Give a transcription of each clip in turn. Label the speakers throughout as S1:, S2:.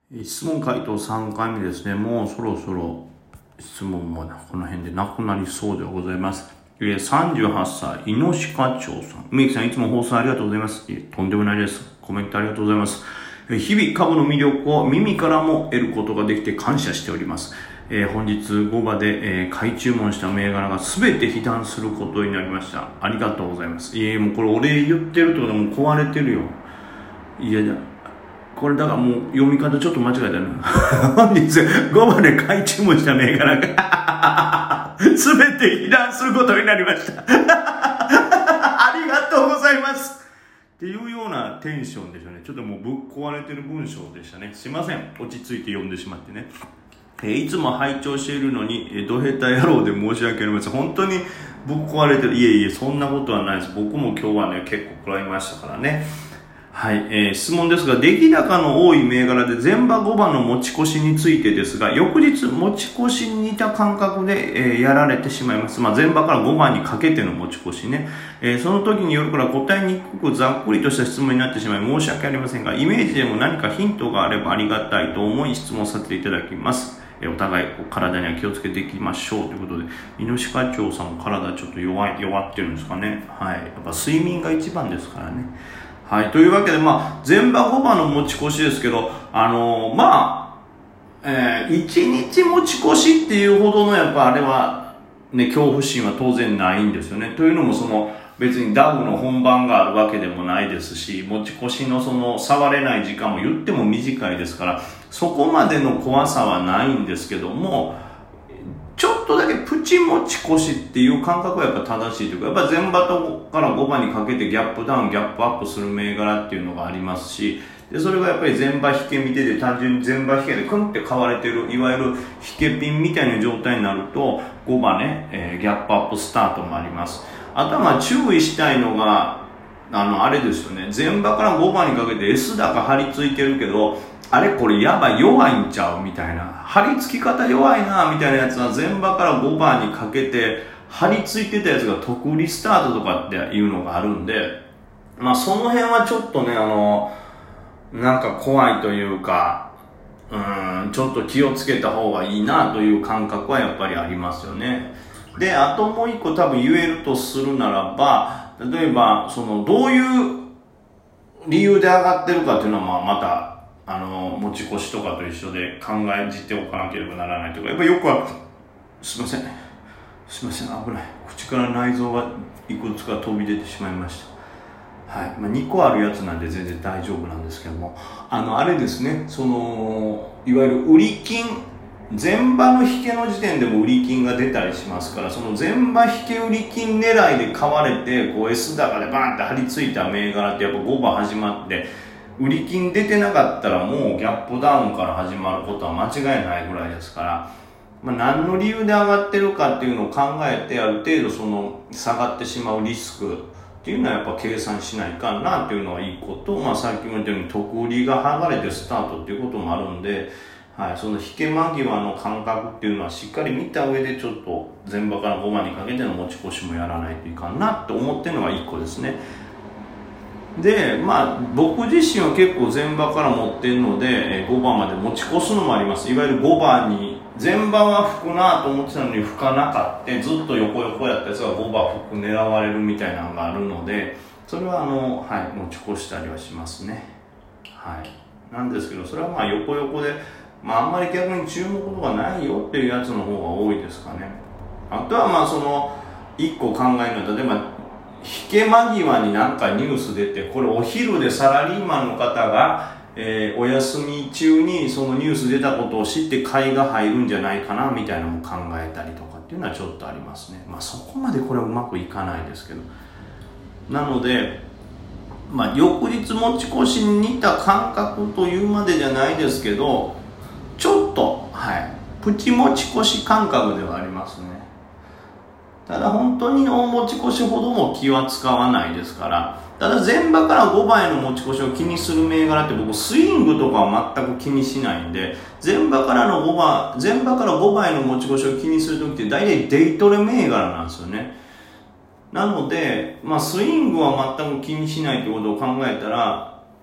S1: 質問回答3回目ですね。もうそろそろ質問もこの辺でなくなりそうでございます。38歳、イノシカチョウさん。梅木さん、いつも放送ありがとうございます。とんでもないです。コメントありがとうございます。日々株の魅力を耳からも得ることができて感謝しております。本日5場で、買い注文した銘柄が全て被弾することになりました。ありがとうございます。もうこれお礼言ってるってことはもう壊れてるよ。いや、これだからもう読み方ちょっと間違えたな。本日5番で買い注文した銘柄が全て被弾することになりました。ありがとうございます。っていうようなテンションでしょうね。ちょっともうぶっ壊れてる文章でしたね。すいません。落ち着いて読んでしまってね。いつも拝聴しているのに、ドヘタ野郎で申し訳ありません。本当にぶっ壊れてる。いえ、そんなことはないです。僕も今日はね、結構食らいましたからね。はい、質問ですが、出来高の多い銘柄で前場5番の持ち越しについてですが、翌日持ち越しに似た感覚で、やられてしまいます。前場から5番にかけての持ち越しね。その時によるから答えにくくざっくりとした質問になってしまい申し訳ありませんが、イメージでも何かヒントがあればありがたいと思い質問させていただきます。お互い体には気をつけていきましょうということで、イノシカチョウさんも体ちょっと弱ってるんですかね。はい。やっぱ睡眠が一番ですからね。はい。というわけで、前場5番の持ち越しですけど、1日持ち越しっていうほどのやっぱあれは、ね、恐怖心は当然ないんですよね。というのも別にダウの本番があるわけでもないですし、持ち越しの触れない時間も言っても短いですから、そこまでの怖さはないんですけども、ちょっとだけプチ持ち越しっていう感覚はやっぱ正しいというか、やっぱ前場から5番にかけてギャップダウン、ギャップアップする銘柄っていうのがありますし、で、それがやっぱり前場引け見てて単純に前場引けでクンって買われてる、いわゆる引けピンみたいな状態になると、5番ね、ギャップアップスタートもあります。あとは注意したいのが、あれですよね、前場から5番にかけて S 高張り付いてるけど、あれこれやばい弱いんちゃうみたいな、張り付き方弱いなみたいなやつは前場から5番にかけて張り付いてたやつが特売スタートとかっていうのがあるんで、その辺はちょっとね、なんか怖いというか、ちょっと気をつけた方がいいなという感覚はやっぱりありますよね。で、あともう一個多分言えるとするならば、例えば、どういう理由で上がってるかっていうのはまた、持ち越しとかと一緒で考えておかなければならないというか、やっぱりよくは、すいません、危ない。口から内臓がいくつか飛び出てしまいました。はい。2個あるやつなんで全然大丈夫なんですけども、あれですね、いわゆる売り金、前場の引けの時点でも売り金が出たりしますから、その前場引け売り金狙いで買われて、S 高でバーンって張り付いた銘柄ってやっぱ5番始まって、売り金出てなかったらもうギャップダウンから始まることは間違いないぐらいですから、何の理由で上がってるかっていうのを考えて、ある程度下がってしまうリスクっていうのはやっぱ計算しないかなっていうのはいいこと、さっきも言ったように特売りが剥がれてスタートっていうこともあるんで、はい、その引け間際の感覚っていうのはしっかり見た上でちょっと前場から5番にかけての持ち越しもやらないといかんなって思ってるのが1個ですね。で、僕自身は結構前場から持っているので、5番まで持ち越すのもあります。いわゆる5番に、前場は吹くなと思ってたのに吹かなかった、ずっと横やったやつが5番吹く狙われるみたいなのがあるので、それは持ち越したりはしますね。はい。なんですけど、それは横で、あんまり逆に注目度がないよっていうやつの方が多いですかね。あとは1個考えるのは、例えば、引け間際になんかニュース出て、これお昼でサラリーマンの方が、お休み中にそのニュース出たことを知って買いが入るんじゃないかなみたいなのも考えたりとかっていうのはちょっとありますね。そこまでこれはうまくいかないですけど。なので、翌日持ち越しに似た感覚というまでじゃないですけど、ちょっと、プチ持ち越し感覚ではありますね。ただ本当に大持ち越しほども気は使わないですから、ただ前場から5番への持ち越しを気にする銘柄って僕スイングとかは全く気にしないんで、前場から5番への持ち越しを気にするときって大体デイトレ銘柄なんですよね。なので、スイングは全く気にしないってことを考えたら、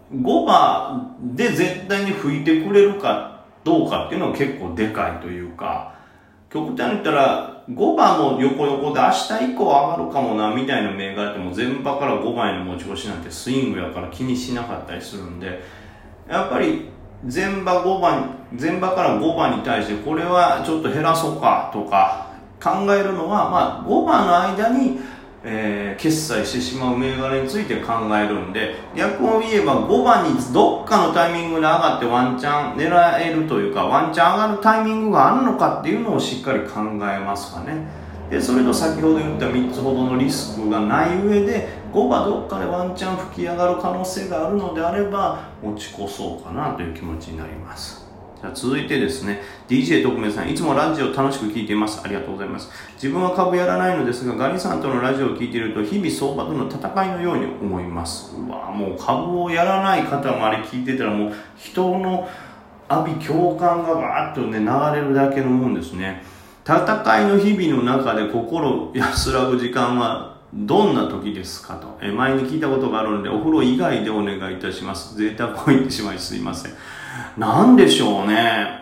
S1: 5場で絶対に吹いてくれるかどうかっていうのは結構でかいというか、極端に言ったら5番も横横で明日以降上がるかもなみたいな銘柄っても全場から5番への持ち越しなんてスイングやから気にしなかったりするんで、やっぱり前場から5番に対してこれはちょっと減らそうかとか考えるのは、5番の間に決済してしまう銘柄について考えるんで、逆を言えば5番にどっかのタイミングで上がってワンチャン狙えるというか、ワンチャン上がるタイミングがあるのかっていうのをしっかり考えますかね。でそれと先ほど言った3つほどのリスクがない上で5番どっかでワンチャン吹き上がる可能性があるのであれば持ち越そうかなという気持ちになります。続いてですね、 DJ 特命さん、いつもラジオ楽しく聞いています。ありがとうございます。自分は株やらないのですが、ガリさんとのラジオを聞いていると日々相場との戦いのように思います。もう株をやらない方もあれ聞いてたらもう人の阿鼻共感がバーッとね流れるだけのもんですね。戦いの日々の中で心安らぐ時間はどんな時ですかと、前に聞いたことがあるのでお風呂以外でお願いいたします。贅沢を言ってしまいすいません。なんでしょうね。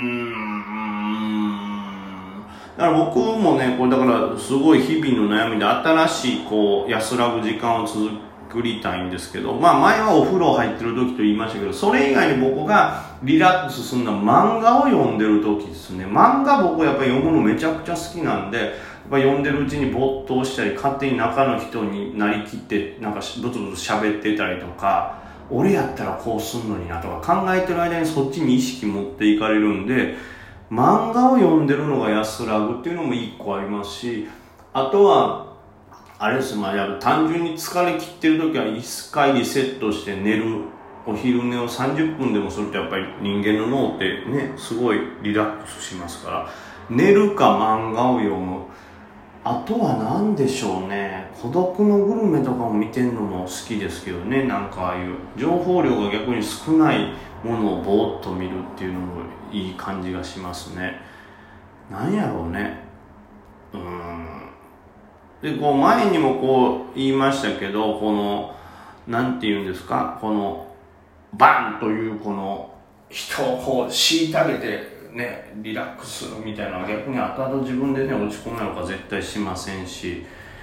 S1: だから僕もね、これだからすごい日々の悩みで新しい安らぐ時間を作りたいんですけど、前はお風呂入ってる時と言いましたけど、それ以外に僕がリラックスするのは漫画を読んでる時ですね。漫画僕やっぱり読むのめちゃくちゃ好きなんで、やっぱ読んでるうちに没頭したり、勝手に中の人になりきってなんかブツブツ喋ってたりとか、俺やったらこうすんのになとか考えてる間にそっちに意識持っていかれるんで、漫画を読んでるのが安らぐっていうのも一個ありますし、あとはあれです、単純に疲れ切ってる時は一回リセットして寝る。お昼寝を30分でもするとやっぱり人間の脳ってねすごいリラックスしますから、寝るか漫画を読む。あとは何でしょうね、孤独のグルメとかも見てんのも好きですけどね。なんかああいう情報量が逆に少ないものをぼーっと見るっていうのもいい感じがしますね。なんやろうね。で前にも言いましたけど、なんて言うんですか、バンという人を虐げてねリラックスするみたいなのは逆に後々自分でね落ち込むのか絶対しませんし、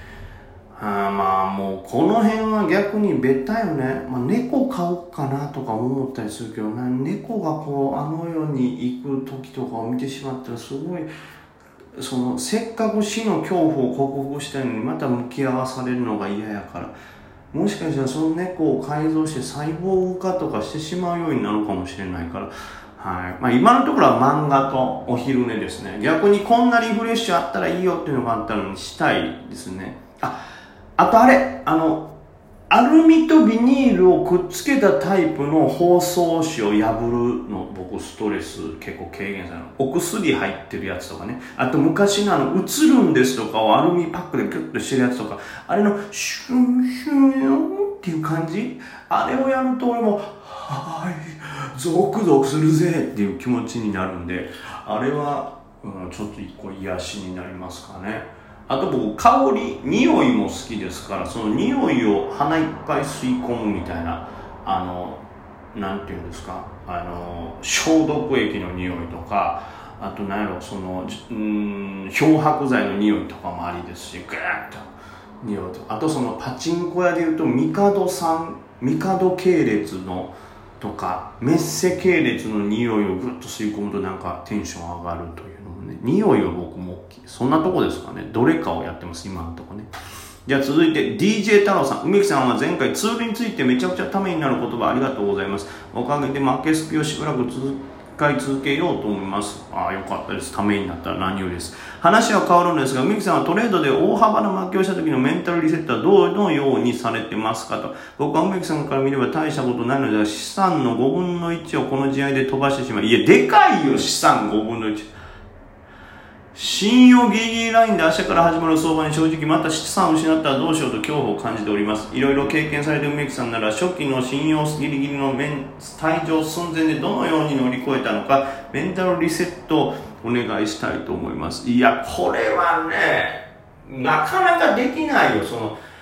S1: もうこの辺は逆にベタよね。猫飼おうかなとか思ったりするけどね、猫があの世に行く時とかを見てしまったらすごいせっかく死の恐怖を克服したのにまた向き合わされるのが嫌やから、もしかしたらその猫を改造して細胞化とかしてしまうようになるかもしれないから、今のところは漫画とお昼寝ですね。逆にこんなリフレッシュあったらいいよっていうのがあったのにしたいですね。あとアルミとビニールをくっつけたタイプの包装紙を破るの僕ストレス結構軽減される。お薬入ってるやつとかね、あと昔の映るんですとかをアルミパックでギュッとしてるやつとか、あれのシュンシュンっていう感じ、あれをやると俺もゾクゾクするぜっていう気持ちになるんで、あれは、ちょっと一個癒しになりますかね。あと僕香り匂いも好きですから、その匂いを鼻いっぱい吸い込むみたいな、なんていうんですか、消毒液の匂いとか、あと何やろ漂白剤の匂いとかもありですし、グーッと匂いと、あとパチンコ屋でいうとミカド系列のとかメッセ系列の匂いをグッと吸い込むとなんかテンション上がるというのもね、匂いは僕も大きい。そんなとこですかね。どれかをやってます今のとこね。じゃあ続いて DJ 太郎さん、梅木さんは前回ツールについてめちゃくちゃためになる言葉ありがとうございます。おかげで負けスピをしばらく使い続けようと思います。よかったです。ためになったら何よりです。話は変わるんですが、梅木さんはトレードで大幅な負けをした時のメンタルリセットはどのようにされてますかと。僕は梅木さんから見れば大したことないので、資産の5分の1をこの試合で飛ばしてしまう。いや、でかいよ、資産5分の1。信用ギリギリラインで明日から始まる相場に正直また資産を失ったらどうしようと恐怖を感じております。いろいろ経験されている梅木さんなら初期の信用ギリギリの退場寸前でどのように乗り越えたのか、メンタルリセットをお願いしたいと思います。いや、これはねなかなかできないよ。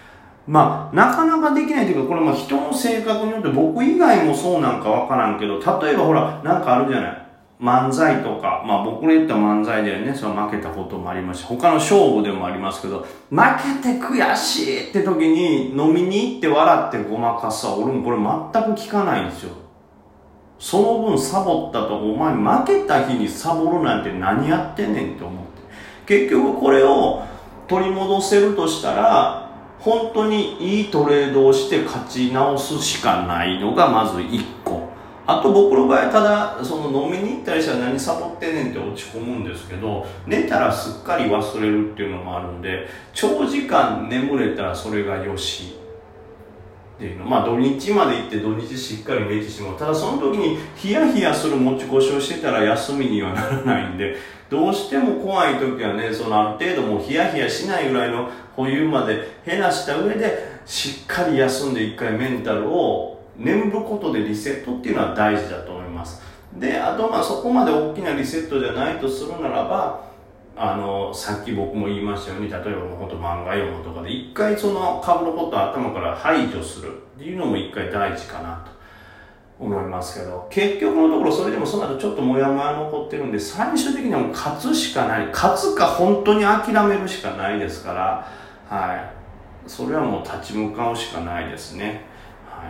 S1: まあ、なかなかできないというか、これも人の性格によって僕以外もそうなんかわからんけど、例えばほら、なんかあるじゃない。漫才とか、まあ僕の言った漫才でね、その負けたこともありますし、他の勝負でもありますけど、負けて悔しいって時に飲みに行って笑ってごまかすは、俺もこれ全く聞かないんですよ。その分サボったと、お前負けた日にサボるなんて何やってんねんって思って。結局これを取り戻せるとしたら、本当にいいトレードをして勝ち直すしかないのがまず1個。あと僕の場合ただその飲みに行ったりしたら何サボってんねんって落ち込むんですけど、寝たらすっかり忘れるっていうのもあるんで、長時間眠れたらそれがよしっていうの。まあ土日まで行って土日しっかり寝てしまう。ただその時にヒヤヒヤする持ち越しをしてたら休みにはならないんで、どうしても怖い時はね、そのある程度もうヒヤヒヤしないぐらいの保有まで減らした上でしっかり休んで一回メンタルを眠ることでリセットっていうのは大事だと思います。で、あとまあそこまで大きなリセットじゃないとするならば、さっき僕も言いましたように、例えばもう本当漫画読むとかで一回その株のことを頭から排除するっていうのも一回大事かなと思いますけど、結局のところそれでもその後ちょっとモヤモヤ残ってるんで、最終的にはもう勝つしかない。勝つか本当に諦めるしかないですから、はい。それはもう立ち向かうしかないですね。はい。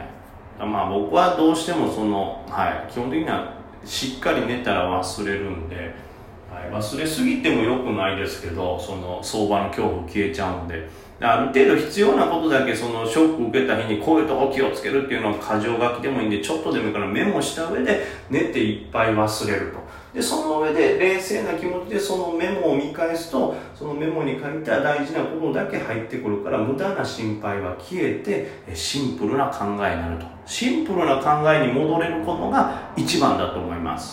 S1: まあ僕はどうしてもその、はい。基本的にはしっかり寝たら忘れるんで、はい、忘れすぎても良くないですけど、その相場の恐怖消えちゃうんで、ある程度必要なことだけそのショック受けた日にこういうとこ気をつけるっていうのを箇条書きでもいいんで、ちょっとでもいいからメモした上で寝ていっぱい忘れると。で、その上で冷静な気持ちでそのメモを見返すと、そのメモに書いた大事なことだけ入ってくるから、無駄な心配は消えてシンプルな考えになると。シンプルな考えに戻れることが一番だと思います。